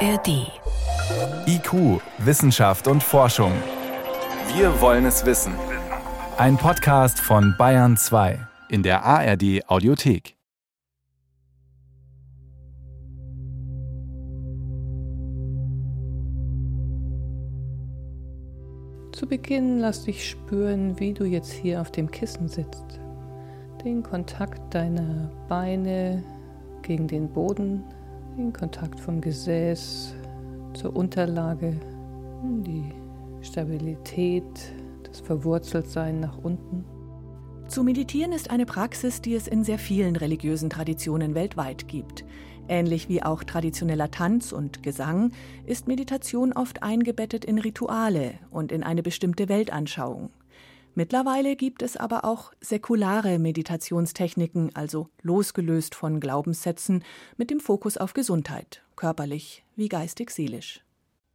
ARD. IQ, Wissenschaft und Forschung. Wir wollen es wissen. Ein Podcast von Bayern 2 in der ARD Audiothek. Zu Beginn lass dich spüren, wie du jetzt hier auf dem Kissen sitzt. Den Kontakt deiner Beine gegen den Boden, den Kontakt vom Gesäß zur Unterlage, die Stabilität, das Verwurzeltsein nach unten. Zu meditieren ist eine Praxis, die es in sehr vielen religiösen Traditionen weltweit gibt. Ähnlich wie auch traditioneller Tanz und Gesang ist Meditation oft eingebettet in Rituale und in eine bestimmte Weltanschauung. Mittlerweile gibt es aber auch säkulare Meditationstechniken, also losgelöst von Glaubenssätzen, mit dem Fokus auf Gesundheit, körperlich wie geistig-seelisch.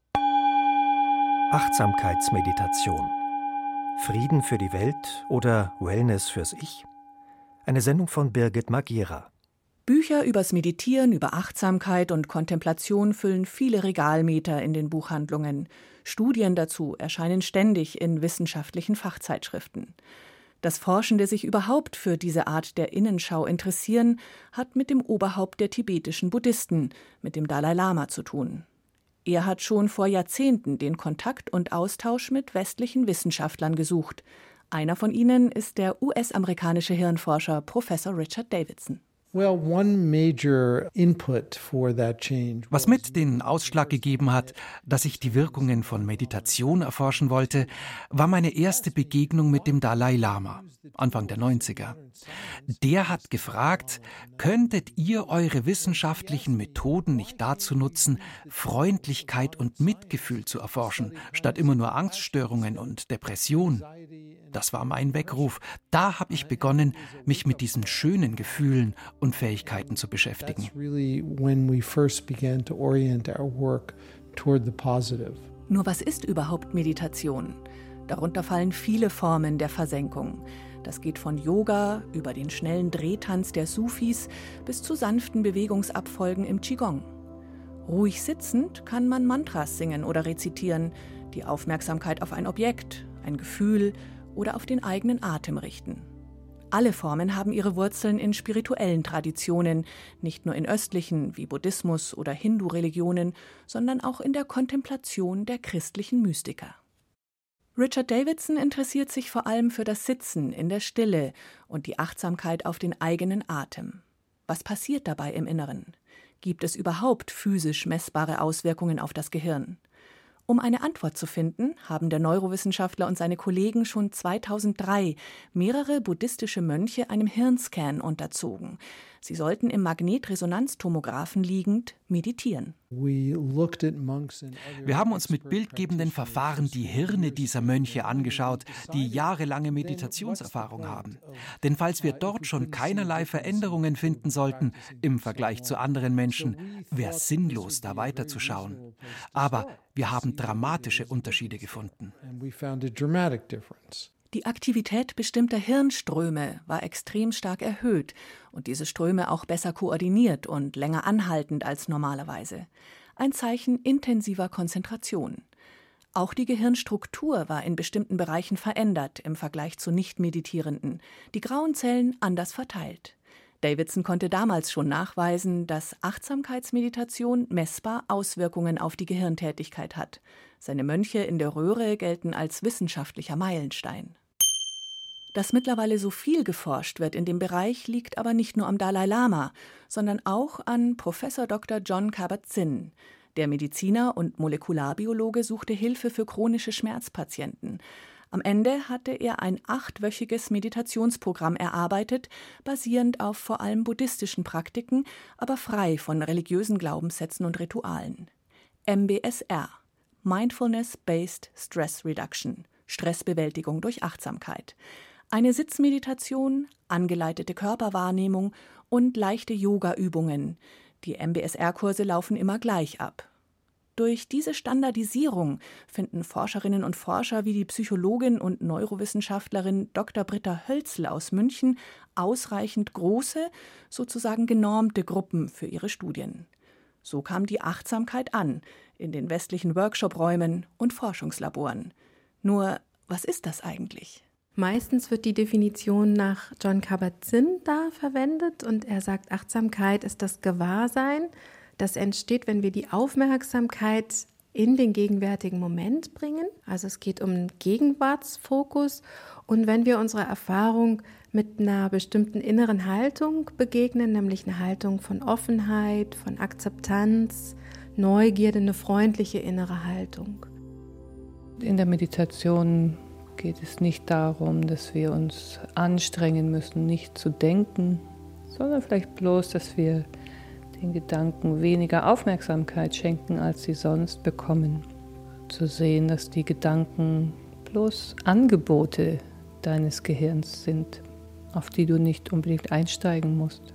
Achtsamkeitsmeditation. Frieden für die Welt oder Wellness fürs Ich? Eine Sendung von Birgit Magiera. Bücher übers Meditieren, über Achtsamkeit und Kontemplation füllen viele Regalmeter in den Buchhandlungen. Studien dazu erscheinen ständig in wissenschaftlichen Fachzeitschriften. Dass Forschende sich überhaupt für diese Art der Innenschau interessieren, hat mit dem Oberhaupt der tibetischen Buddhisten, mit dem Dalai Lama, zu tun. Er hat schon vor Jahrzehnten den Kontakt und Austausch mit westlichen Wissenschaftlern gesucht. Einer von ihnen ist der US-amerikanische Hirnforscher Professor Richard Davidson. Was mit den Ausschlag gegeben hat, dass ich die Wirkungen von Meditation erforschen wollte, war meine erste Begegnung mit dem Dalai Lama, Anfang der 90er. Der hat gefragt, könntet ihr eure wissenschaftlichen Methoden nicht dazu nutzen, Freundlichkeit und Mitgefühl zu erforschen, statt immer nur Angststörungen und Depression? Das war mein Weckruf. Da habe ich begonnen, mich mit diesen schönen Gefühlen und Fähigkeiten zu beschäftigen. Nur was ist überhaupt Meditation? Darunter fallen viele Formen der Versenkung. Das geht von Yoga über den schnellen Drehtanz der Sufis bis zu sanften Bewegungsabfolgen im Qigong. Ruhig sitzend kann man Mantras singen oder rezitieren, die Aufmerksamkeit auf ein Objekt, ein Gefühl oder auf den eigenen Atem richten. Alle Formen haben ihre Wurzeln in spirituellen Traditionen, nicht nur in östlichen wie Buddhismus oder Hindu-Religionen, sondern auch in der Kontemplation der christlichen Mystiker. Richard Davidson interessiert sich vor allem für das Sitzen in der Stille und die Achtsamkeit auf den eigenen Atem. Was passiert dabei im Inneren? Gibt es überhaupt physisch messbare Auswirkungen auf das Gehirn? Um eine Antwort zu finden, haben der Neurowissenschaftler und seine Kollegen schon 2003 mehrere buddhistische Mönche einem Hirnscan unterzogen. Sie sollten im Magnetresonanztomographen liegend meditieren. Wir haben uns mit bildgebenden Verfahren die Hirne dieser Mönche angeschaut, die jahrelange Meditationserfahrung haben. Denn falls wir dort schon keinerlei Veränderungen finden sollten im Vergleich zu anderen Menschen, wäre es sinnlos, da weiterzuschauen. Aber wir haben dramatische Unterschiede gefunden. Die Aktivität bestimmter Hirnströme war extrem stark erhöht und diese Ströme auch besser koordiniert und länger anhaltend als normalerweise. Ein Zeichen intensiver Konzentration. Auch die Gehirnstruktur war in bestimmten Bereichen verändert im Vergleich zu Nicht-Meditierenden, die grauen Zellen anders verteilt. Davidson konnte damals schon nachweisen, dass Achtsamkeitsmeditation messbar Auswirkungen auf die Gehirntätigkeit hat. Seine Mönche in der Röhre gelten als wissenschaftlicher Meilenstein. Dass mittlerweile so viel geforscht wird in dem Bereich, liegt aber nicht nur am Dalai Lama, sondern auch an Professor Dr. Jon Kabat-Zinn. Der Mediziner und Molekularbiologe suchte Hilfe für chronische Schmerzpatienten. Am Ende hatte er ein 8-wöchiges Meditationsprogramm erarbeitet, basierend auf vor allem buddhistischen Praktiken, aber frei von religiösen Glaubenssätzen und Ritualen. MBSR, Mindfulness-Based Stress Reduction, Stressbewältigung durch Achtsamkeit. Eine Sitzmeditation, angeleitete Körperwahrnehmung und leichte Yoga-Übungen. Die MBSR-Kurse laufen immer gleich ab. Durch diese Standardisierung finden Forscherinnen und Forscher wie die Psychologin und Neurowissenschaftlerin Dr. Britta Hölzl aus München ausreichend große, sozusagen genormte Gruppen für ihre Studien. So kam die Achtsamkeit an in den westlichen Workshop-Räumen und Forschungslaboren. Nur, was ist das eigentlich? Meistens wird die Definition nach Jon Kabat-Zinn da verwendet und er sagt, Achtsamkeit ist das Gewahrsein, das entsteht, wenn wir die Aufmerksamkeit in den gegenwärtigen Moment bringen. Also es geht um einen Gegenwartsfokus und wenn wir unserer Erfahrung mit einer bestimmten inneren Haltung begegnen, nämlich eine Haltung von Offenheit, von Akzeptanz, Neugierde, eine freundliche innere Haltung. In der Meditation geht es nicht darum, dass wir uns anstrengen müssen, nicht zu denken, sondern vielleicht bloß, dass wir den Gedanken weniger Aufmerksamkeit schenken, als sie sonst bekommen. Zu sehen, dass die Gedanken bloß Angebote deines Gehirns sind, auf die du nicht unbedingt einsteigen musst.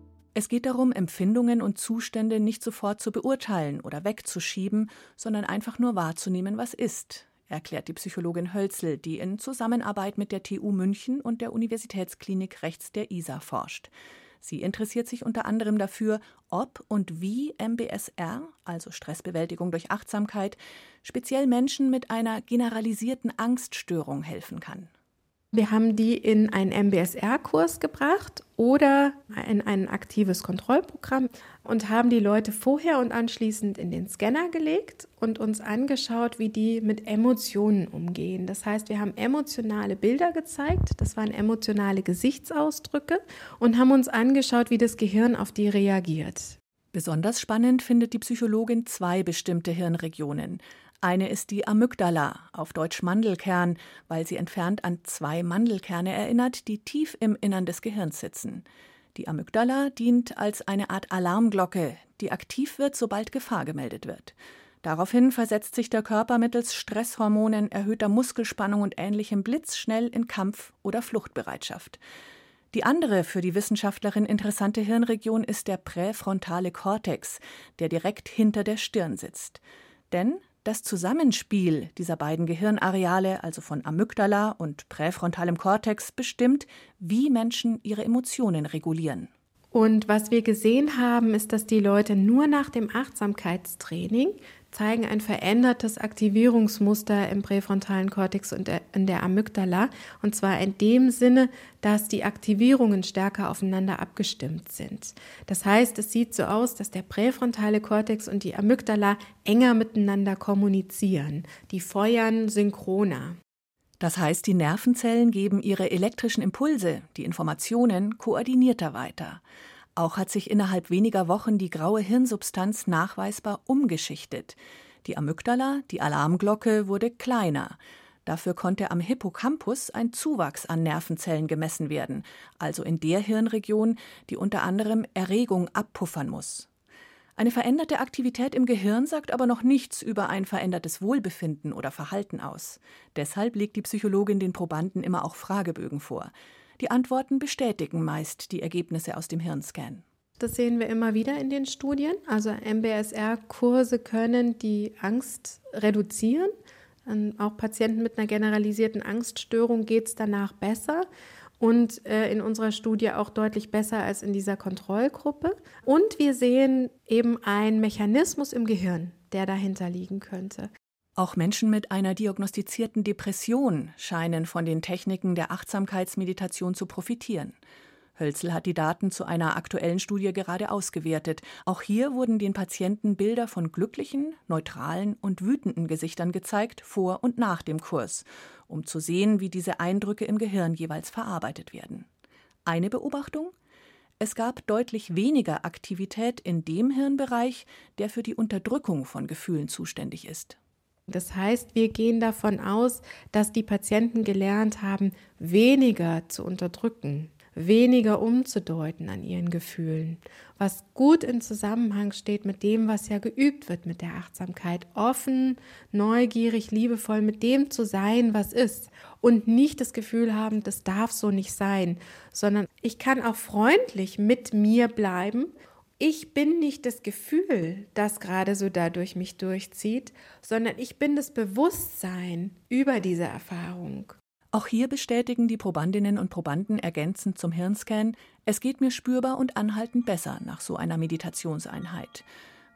Es geht darum, Empfindungen und Zustände nicht sofort zu beurteilen oder wegzuschieben, sondern einfach nur wahrzunehmen, was ist, erklärt die Psychologin Hölzel, die in Zusammenarbeit mit der TU München und der Universitätsklinik rechts der ISA forscht. Sie interessiert sich unter anderem dafür, ob und wie MBSR, also Stressbewältigung durch Achtsamkeit, speziell Menschen mit einer generalisierten Angststörung helfen kann. Wir haben die in einen MBSR-Kurs gebracht oder in ein aktives Kontrollprogramm und haben die Leute vorher und anschließend in den Scanner gelegt und uns angeschaut, wie die mit Emotionen umgehen. Das heißt, wir haben emotionale Bilder gezeigt, das waren emotionale Gesichtsausdrücke und haben uns angeschaut, wie das Gehirn auf die reagiert. Besonders spannend findet die Psychologin 2 bestimmte Hirnregionen. Eine ist die Amygdala, auf Deutsch Mandelkern, weil sie entfernt an 2 Mandelkerne erinnert, die tief im Innern des Gehirns sitzen. Die Amygdala dient als eine Art Alarmglocke, die aktiv wird, sobald Gefahr gemeldet wird. Daraufhin versetzt sich der Körper mittels Stresshormonen, erhöhter Muskelspannung und ähnlichem blitzschnell in Kampf- oder Fluchtbereitschaft. Die andere für die Wissenschaftlerin interessante Hirnregion ist der präfrontale Kortex, der direkt hinter der Stirn sitzt. Denn das Zusammenspiel dieser beiden Gehirnareale, also von Amygdala und präfrontalem Kortex, bestimmt, wie Menschen ihre Emotionen regulieren. Und was wir gesehen haben, ist, dass die Leute nur nach dem Achtsamkeitstraining zeigen ein verändertes Aktivierungsmuster im präfrontalen Kortex und in der Amygdala. Und zwar in dem Sinne, dass die Aktivierungen stärker aufeinander abgestimmt sind. Das heißt, es sieht so aus, dass der präfrontale Kortex und die Amygdala enger miteinander kommunizieren. Die feuern synchroner. Das heißt, die Nervenzellen geben ihre elektrischen Impulse, die Informationen, koordinierter weiter. Auch hat sich innerhalb weniger Wochen die graue Hirnsubstanz nachweisbar umgeschichtet. Die Amygdala, die Alarmglocke, wurde kleiner. Dafür konnte am Hippocampus ein Zuwachs an Nervenzellen gemessen werden, also in der Hirnregion, die unter anderem Erregung abpuffern muss. Eine veränderte Aktivität im Gehirn sagt aber noch nichts über ein verändertes Wohlbefinden oder Verhalten aus. Deshalb legt die Psychologin den Probanden immer auch Fragebögen vor. Die Antworten bestätigen meist die Ergebnisse aus dem Hirnscan. Das sehen wir immer wieder in den Studien. Also MBSR-Kurse können die Angst reduzieren. Auch Patienten mit einer generalisierten Angststörung geht es danach besser. Und in unserer Studie auch deutlich besser als in dieser Kontrollgruppe. Und wir sehen eben einen Mechanismus im Gehirn, der dahinter liegen könnte. Auch Menschen mit einer diagnostizierten Depression scheinen von den Techniken der Achtsamkeitsmeditation zu profitieren. Hölzel hat die Daten zu einer aktuellen Studie gerade ausgewertet. Auch hier wurden den Patienten Bilder von glücklichen, neutralen und wütenden Gesichtern gezeigt, vor und nach dem Kurs, um zu sehen, wie diese Eindrücke im Gehirn jeweils verarbeitet werden. Eine Beobachtung? Es gab deutlich weniger Aktivität in dem Hirnbereich, der für die Unterdrückung von Gefühlen zuständig ist. Das heißt, wir gehen davon aus, dass die Patienten gelernt haben, weniger zu unterdrücken, weniger umzudeuten an ihren Gefühlen, was gut in Zusammenhang steht mit dem, was ja geübt wird mit der Achtsamkeit, offen, neugierig, liebevoll mit dem zu sein, was ist und nicht das Gefühl haben, das darf so nicht sein, sondern ich kann auch freundlich mit mir bleiben. Ich bin nicht das Gefühl, das gerade so da durch mich durchzieht, sondern ich bin das Bewusstsein über diese Erfahrung. Auch hier bestätigen die Probandinnen und Probanden ergänzend zum Hirnscan, es geht mir spürbar und anhaltend besser nach so einer Meditationseinheit.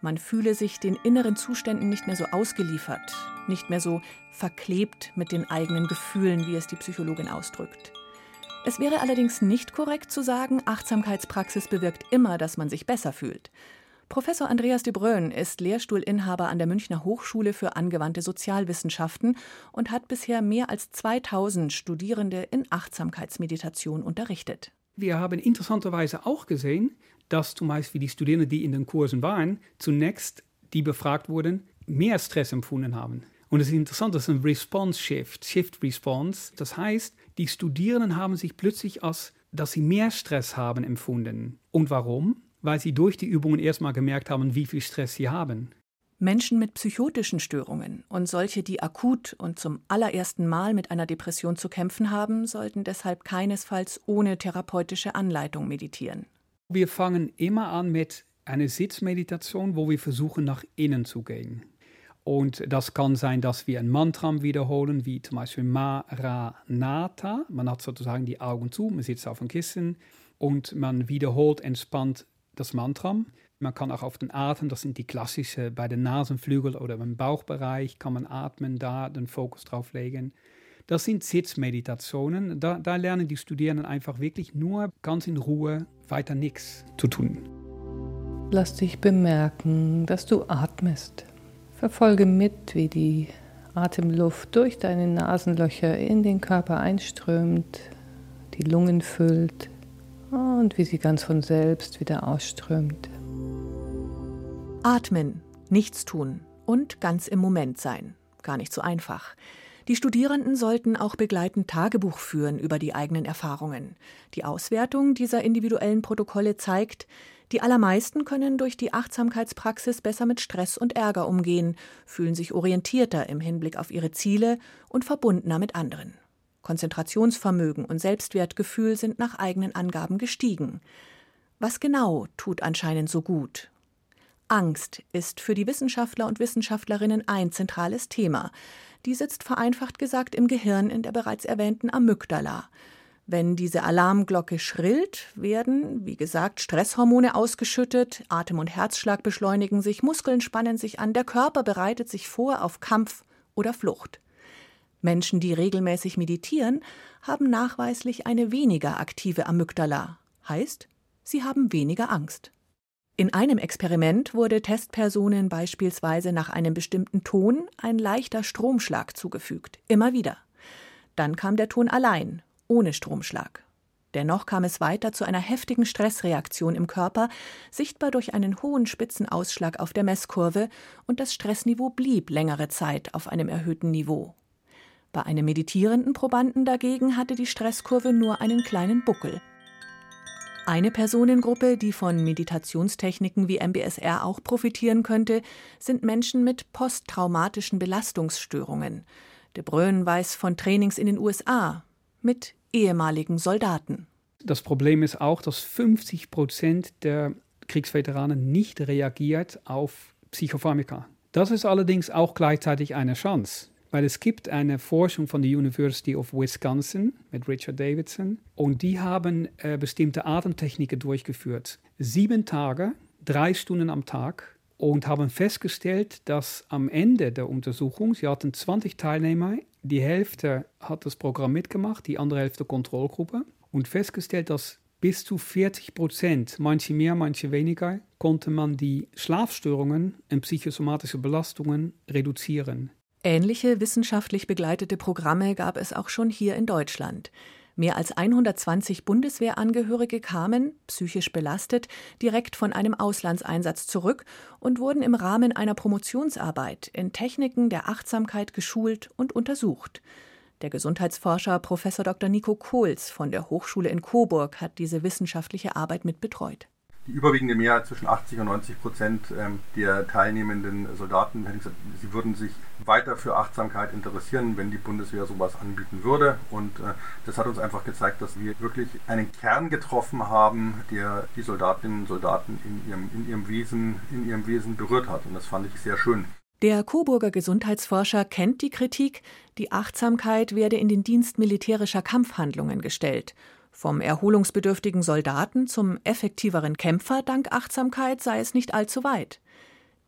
Man fühle sich den inneren Zuständen nicht mehr so ausgeliefert, nicht mehr so verklebt mit den eigenen Gefühlen, wie es die Psychologin ausdrückt. Es wäre allerdings nicht korrekt zu sagen, Achtsamkeitspraxis bewirkt immer, dass man sich besser fühlt. Professor Andreas de Bruyn ist Lehrstuhlinhaber an der Münchner Hochschule für angewandte Sozialwissenschaften und hat bisher mehr als 2000 Studierende in Achtsamkeitsmeditation unterrichtet. Wir haben interessanterweise auch gesehen, dass zum Beispiel die Studierenden, die in den Kursen waren, zunächst, die befragt wurden, mehr Stress empfunden haben. Und es ist interessant, das ist ein Shift-Response. Das heißt, die Studierenden haben sich plötzlich als, dass sie mehr Stress haben, empfunden. Und warum? Weil sie durch die Übungen erstmal gemerkt haben, wie viel Stress sie haben. Menschen mit psychotischen Störungen und solche, die akut und zum allerersten Mal mit einer Depression zu kämpfen haben, sollten deshalb keinesfalls ohne therapeutische Anleitung meditieren. Wir fangen immer an mit einer Sitzmeditation, wo wir versuchen, nach innen zu gehen. Und das kann sein, dass wir ein Mantra wiederholen, wie zum Beispiel Maranatha. Man hat sozusagen die Augen zu, man sitzt auf dem Kissen und man wiederholt entspannt das Mantra. Man kann auch auf den Atem, das sind die klassischen, bei den Nasenflügeln oder im Bauchbereich kann man atmen, da den Fokus drauf legen. Das sind Sitzmeditationen. Da lernen die Studierenden einfach wirklich nur ganz in Ruhe weiter nichts zu tun. Lass dich bemerken, dass du atmest. Verfolge mit, wie die Atemluft durch deine Nasenlöcher in den Körper einströmt, die Lungen füllt und wie sie ganz von selbst wieder ausströmt. Atmen, nichts tun und ganz im Moment sein. Gar nicht so einfach. Die Studierenden sollten auch begleitend Tagebuch führen über die eigenen Erfahrungen. Die Auswertung dieser individuellen Protokolle zeigt, die allermeisten können durch die Achtsamkeitspraxis besser mit Stress und Ärger umgehen, fühlen sich orientierter im Hinblick auf ihre Ziele und verbundener mit anderen. Konzentrationsvermögen und Selbstwertgefühl sind nach eigenen Angaben gestiegen. Was genau tut anscheinend so gut? Angst ist für die Wissenschaftler und Wissenschaftlerinnen ein zentrales Thema. Die sitzt vereinfacht gesagt im Gehirn in der bereits erwähnten Amygdala. Wenn diese Alarmglocke schrillt, werden, wie gesagt, Stresshormone ausgeschüttet, Atem- und Herzschlag beschleunigen sich, Muskeln spannen sich an, der Körper bereitet sich vor auf Kampf oder Flucht. Menschen, die regelmäßig meditieren, haben nachweislich eine weniger aktive Amygdala. Heißt, sie haben weniger Angst. In einem Experiment wurde Testpersonen beispielsweise nach einem bestimmten Ton ein leichter Stromschlag zugefügt, immer wieder. Dann kam der Ton allein, ohne Stromschlag. Dennoch kam es weiter zu einer heftigen Stressreaktion im Körper, sichtbar durch einen hohen Spitzenausschlag auf der Messkurve, und das Stressniveau blieb längere Zeit auf einem erhöhten Niveau. Bei einem meditierenden Probanden dagegen hatte die Stresskurve nur einen kleinen Buckel. Eine Personengruppe, die von Meditationstechniken wie MBSR auch profitieren könnte, sind Menschen mit posttraumatischen Belastungsstörungen. De Bruyn weiß von Trainings in den USA mit ehemaligen Soldaten. Das Problem ist auch, dass 50% der Kriegsveteranen nicht reagiert auf Psychopharmaka. Das ist allerdings auch gleichzeitig eine Chance. Weil es gibt eine Forschung von der University of Wisconsin mit Richard Davidson und die haben bestimmte Atemtechniken durchgeführt. 7 Tage, 3 Stunden am Tag und haben festgestellt, dass am Ende der Untersuchung, sie hatten 20 Teilnehmer, die Hälfte hat das Programm mitgemacht, die andere Hälfte Kontrollgruppe und festgestellt, dass bis zu 40%, manche mehr, manche weniger, konnte man die Schlafstörungen und psychosomatische Belastungen reduzieren. Ähnliche wissenschaftlich begleitete Programme gab es auch schon hier in Deutschland. Mehr als 120 Bundeswehrangehörige kamen, psychisch belastet, direkt von einem Auslandseinsatz zurück und wurden im Rahmen einer Promotionsarbeit in Techniken der Achtsamkeit geschult und untersucht. Der Gesundheitsforscher Prof. Dr. Nico Kohls von der Hochschule in Coburg hat diese wissenschaftliche Arbeit mitbetreut. Die überwiegende Mehrheit, zwischen 80% und 90% der teilnehmenden Soldaten, sie würden sich weiter für Achtsamkeit interessieren, wenn die Bundeswehr sowas anbieten würde. Und das hat uns einfach gezeigt, dass wir wirklich einen Kern getroffen haben, der die Soldatinnen und Soldaten in ihrem Wesen berührt hat. Und das fand ich sehr schön. Der Coburger Gesundheitsforscher kennt die Kritik, die Achtsamkeit werde in den Dienst militärischer Kampfhandlungen gestellt. Vom erholungsbedürftigen Soldaten zum effektiveren Kämpfer dank Achtsamkeit sei es nicht allzu weit.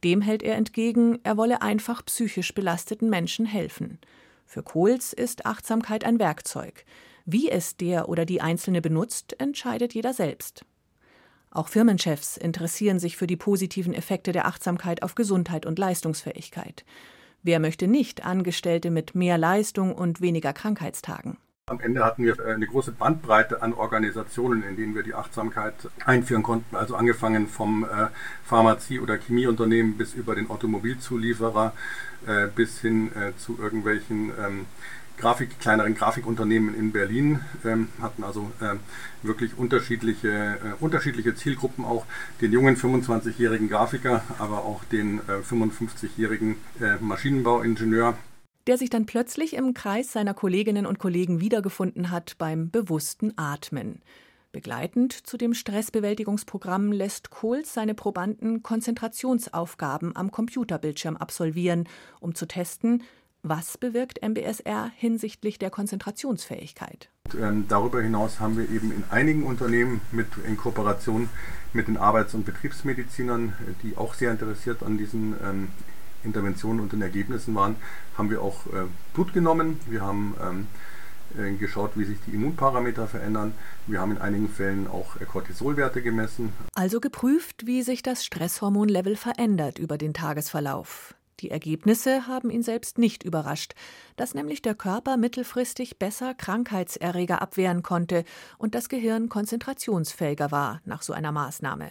Dem hält er entgegen, er wolle einfach psychisch belasteten Menschen helfen. Für Kohls ist Achtsamkeit ein Werkzeug. Wie es der oder die Einzelne benutzt, entscheidet jeder selbst. Auch Firmenchefs interessieren sich für die positiven Effekte der Achtsamkeit auf Gesundheit und Leistungsfähigkeit. Wer möchte nicht Angestellte mit mehr Leistung und weniger Krankheitstagen? Am Ende hatten wir eine große Bandbreite an Organisationen, in denen wir die Achtsamkeit einführen konnten. Also angefangen vom Pharmazie- oder Chemieunternehmen bis über den Automobilzulieferer bis hin zu irgendwelchen kleineren Grafikunternehmen in Berlin, hatten also wirklich unterschiedliche Zielgruppen, auch den jungen 25-jährigen Grafiker, aber auch den 55-jährigen Maschinenbauingenieur. Der sich dann plötzlich im Kreis seiner Kolleginnen und Kollegen wiedergefunden hat beim bewussten Atmen. Begleitend zu dem Stressbewältigungsprogramm lässt Kohls seine Probanden Konzentrationsaufgaben am Computerbildschirm absolvieren, um zu testen, was bewirkt MBSR hinsichtlich der Konzentrationsfähigkeit. Darüber hinaus haben wir eben in einigen Unternehmen in Kooperation mit den Arbeits- und Betriebsmedizinern, die auch sehr interessiert an diesen Interventionen und den Ergebnissen waren, haben wir auch Blut genommen. Wir haben geschaut, wie sich die Immunparameter verändern. Wir haben in einigen Fällen auch Cortisolwerte gemessen. Also geprüft, wie sich das Stresshormonlevel verändert über den Tagesverlauf. Die Ergebnisse haben ihn selbst nicht überrascht, dass nämlich der Körper mittelfristig besser Krankheitserreger abwehren konnte und das Gehirn konzentrationsfähiger war nach so einer Maßnahme.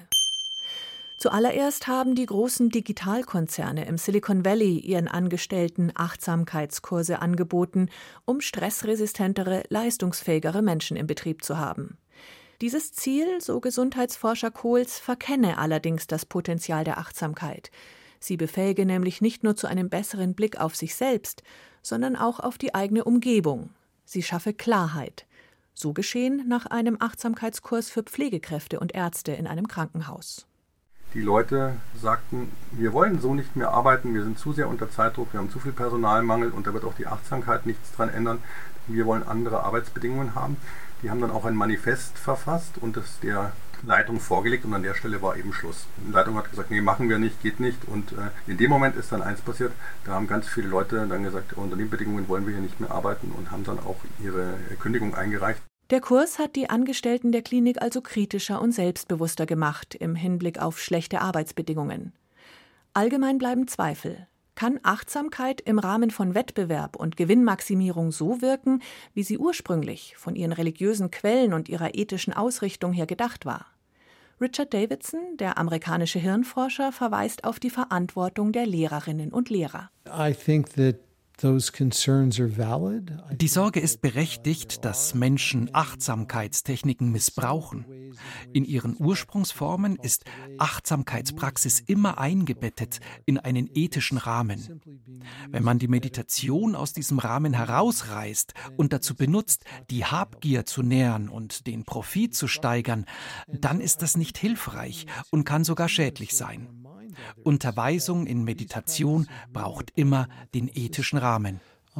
Zuallererst haben die großen Digitalkonzerne im Silicon Valley ihren Angestellten Achtsamkeitskurse angeboten, um stressresistentere, leistungsfähigere Menschen im Betrieb zu haben. Dieses Ziel, so Gesundheitsforscher Kohls, verkenne allerdings das Potenzial der Achtsamkeit. Sie befähige nämlich nicht nur zu einem besseren Blick auf sich selbst, sondern auch auf die eigene Umgebung. Sie schaffe Klarheit. So geschehen nach einem Achtsamkeitskurs für Pflegekräfte und Ärzte in einem Krankenhaus. Die Leute sagten, wir wollen so nicht mehr arbeiten, wir sind zu sehr unter Zeitdruck, wir haben zu viel Personalmangel und da wird auch die Achtsamkeit nichts dran ändern. Wir wollen andere Arbeitsbedingungen haben. Die haben dann auch ein Manifest verfasst und das der Leitung vorgelegt und an der Stelle war eben Schluss. Die Leitung hat gesagt, nee, machen wir nicht, geht nicht und in dem Moment ist dann eins passiert, da haben ganz viele Leute dann gesagt, unter den Bedingungen wollen wir hier nicht mehr arbeiten und haben dann auch ihre Kündigung eingereicht. Der Kurs hat die Angestellten der Klinik also kritischer und selbstbewusster gemacht im Hinblick auf schlechte Arbeitsbedingungen. Allgemein bleiben Zweifel. Kann Achtsamkeit im Rahmen von Wettbewerb und Gewinnmaximierung so wirken, wie sie ursprünglich von ihren religiösen Quellen und ihrer ethischen Ausrichtung her gedacht war? Richard Davidson, der amerikanische Hirnforscher, verweist auf die Verantwortung der Lehrerinnen und Lehrer. Die Sorge ist berechtigt, dass Menschen Achtsamkeitstechniken missbrauchen. In ihren Ursprungsformen ist Achtsamkeitspraxis immer eingebettet in einen ethischen Rahmen. Wenn man die Meditation aus diesem Rahmen herausreißt und dazu benutzt, die Habgier zu nähren und den Profit zu steigern, dann ist das nicht hilfreich und kann sogar schädlich sein. Unterweisung in Meditation braucht immer den ethischen Rahmen.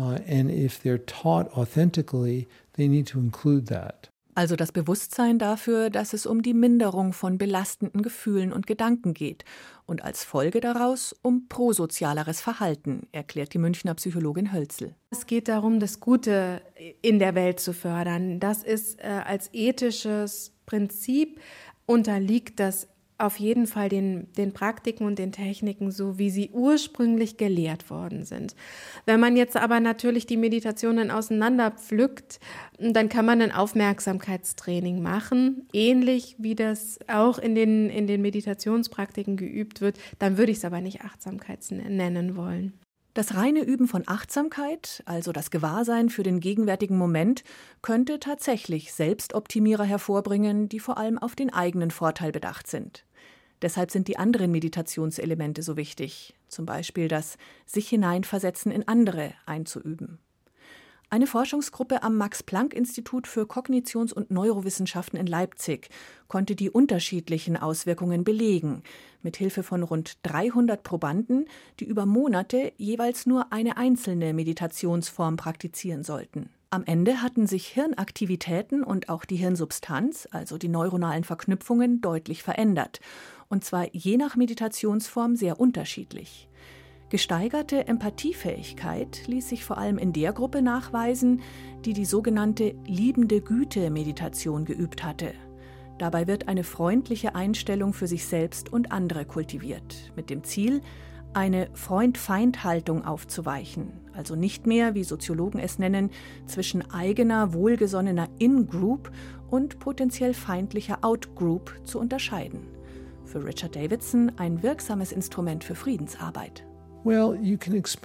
Also das Bewusstsein dafür, dass es um die Minderung von belastenden Gefühlen und Gedanken geht und als Folge daraus um prosozialeres Verhalten, erklärt die Münchner Psychologin Hölzel. Es geht darum, das Gute in der Welt zu fördern. Das ist als ethisches Prinzip unterliegt das auf jeden Fall den Praktiken und den Techniken, so wie sie ursprünglich gelehrt worden sind. Wenn man jetzt aber natürlich die Meditationen auseinanderpflückt, dann kann man ein Aufmerksamkeitstraining machen, ähnlich wie das auch in den Meditationspraktiken geübt wird. Dann würde ich es aber nicht Achtsamkeit nennen wollen. Das reine Üben von Achtsamkeit, also das Gewahrsein für den gegenwärtigen Moment, könnte tatsächlich Selbstoptimierer hervorbringen, die vor allem auf den eigenen Vorteil bedacht sind. Deshalb sind die anderen Meditationselemente so wichtig, zum Beispiel das sich hineinversetzen in andere einzuüben. Eine Forschungsgruppe am Max-Planck-Institut für Kognitions- und Neurowissenschaften in Leipzig konnte die unterschiedlichen Auswirkungen belegen, mit Hilfe von rund 300 Probanden, die über Monate jeweils nur eine einzelne Meditationsform praktizieren sollten. Am Ende hatten sich Hirnaktivitäten und auch die Hirnsubstanz, also die neuronalen Verknüpfungen, deutlich verändert. Und zwar je nach Meditationsform sehr unterschiedlich. Gesteigerte Empathiefähigkeit ließ sich vor allem in der Gruppe nachweisen, die die sogenannte liebende Güte-Meditation geübt hatte. Dabei wird eine freundliche Einstellung für sich selbst und andere kultiviert, mit dem Ziel, eine Freund-Feind-Haltung aufzuweichen, also nicht mehr, wie Soziologen es nennen, zwischen eigener, wohlgesonnener In-Group und potenziell feindlicher Out-Group zu unterscheiden. Für Richard Davidson ein wirksames Instrument für Friedensarbeit. Man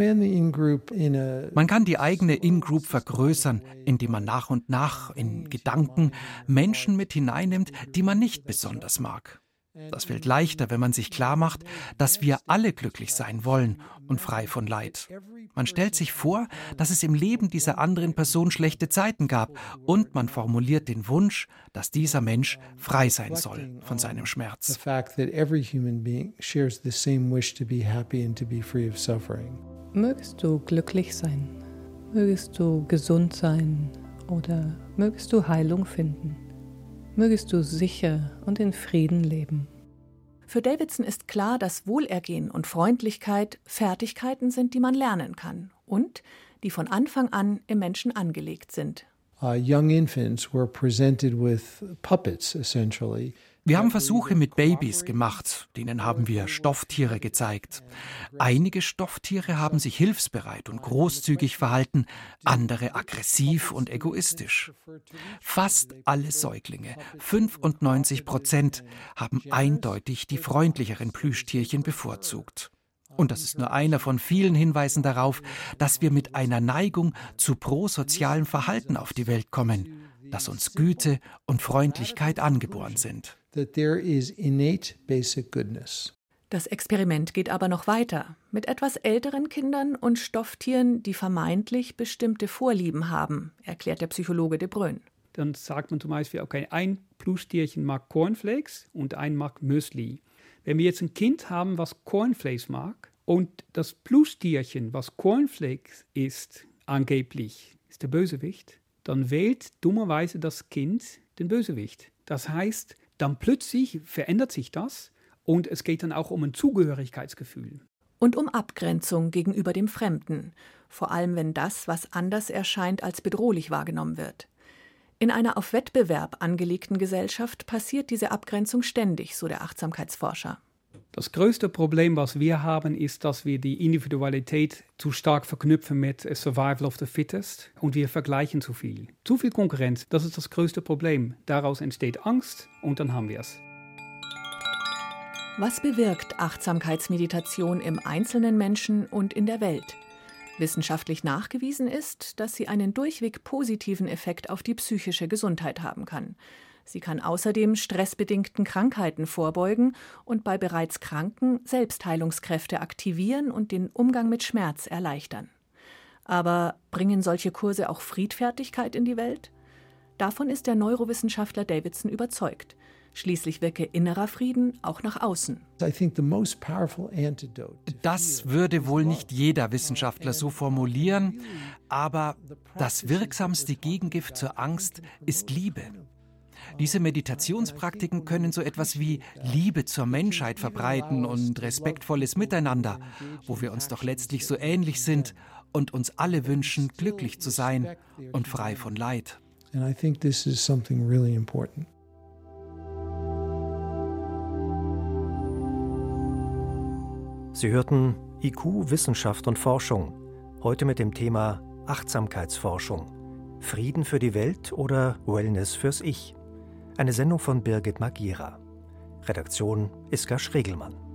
kann die eigene In-Group vergrößern, indem man nach und nach in Gedanken Menschen mit hineinnimmt, die man nicht besonders mag. Das fällt leichter, wenn man sich klar macht, dass wir alle glücklich sein wollen und frei von Leid. Man stellt sich vor, dass es im Leben dieser anderen Person schlechte Zeiten gab und man formuliert den Wunsch, dass dieser Mensch frei sein soll von seinem Schmerz. Mögest du glücklich sein? Mögest du gesund sein? Oder mögest du Heilung finden? Mögest du sicher und in Frieden leben. Für Davidson ist klar, dass Wohlergehen und Freundlichkeit Fertigkeiten sind, die man lernen kann und die von Anfang an im Menschen angelegt sind. Young infants were presented with puppets, essentially. Wir haben Versuche mit Babys gemacht, denen haben wir Stofftiere gezeigt. Einige Stofftiere haben sich hilfsbereit und großzügig verhalten, andere aggressiv und egoistisch. Fast alle Säuglinge, 95%, haben eindeutig die freundlicheren Plüschtierchen bevorzugt. Und das ist nur einer von vielen Hinweisen darauf, dass wir mit einer Neigung zu prosozialem Verhalten auf die Welt kommen, dass uns Güte und Freundlichkeit angeboren sind. Das Experiment geht aber noch weiter. Mit etwas älteren Kindern und Stofftieren, die vermeintlich bestimmte Vorlieben haben, erklärt der Psychologe De Bruyn. Dann sagt man zum Beispiel, okay, ein Plüschtierchen mag Cornflakes und ein mag Müsli. Wenn wir jetzt ein Kind haben, was Cornflakes mag und das Plüschtierchen, was Cornflakes isst, angeblich ist der Bösewicht, dann wählt dummerweise das Kind den Bösewicht. Das heißt, dann plötzlich verändert sich das und es geht dann auch um ein Zugehörigkeitsgefühl. Und um Abgrenzung gegenüber dem Fremden, vor allem wenn das, was anders erscheint, als bedrohlich wahrgenommen wird. In einer auf Wettbewerb angelegten Gesellschaft passiert diese Abgrenzung ständig, so der Achtsamkeitsforscher. Das größte Problem, was wir haben, ist, dass wir die Individualität zu stark verknüpfen mit Survival of the Fittest und wir vergleichen zu viel. Zu viel Konkurrenz, das ist das größte Problem. Daraus entsteht Angst und dann haben wir es. Was bewirkt Achtsamkeitsmeditation im einzelnen Menschen und in der Welt? Wissenschaftlich nachgewiesen ist, dass sie einen durchweg positiven Effekt auf die psychische Gesundheit haben kann. Sie kann außerdem stressbedingten Krankheiten vorbeugen und bei bereits Kranken Selbstheilungskräfte aktivieren und den Umgang mit Schmerz erleichtern. Aber bringen solche Kurse auch Friedfertigkeit in die Welt? Davon ist der Neurowissenschaftler Davidson überzeugt. Schließlich wirke innerer Frieden auch nach außen. Das würde wohl nicht jeder Wissenschaftler so formulieren, aber das wirksamste Gegengift zur Angst ist Liebe. Diese Meditationspraktiken können so etwas wie Liebe zur Menschheit verbreiten und respektvolles Miteinander, wo wir uns doch letztlich so ähnlich sind und uns alle wünschen, glücklich zu sein und frei von Leid. And I think this is something really important. Sie hörten IQ, Wissenschaft und Forschung. Heute mit dem Thema Achtsamkeitsforschung. Frieden für die Welt oder Wellness fürs Ich? Eine Sendung von Birgit Magira. Redaktion Iska Schregelmann.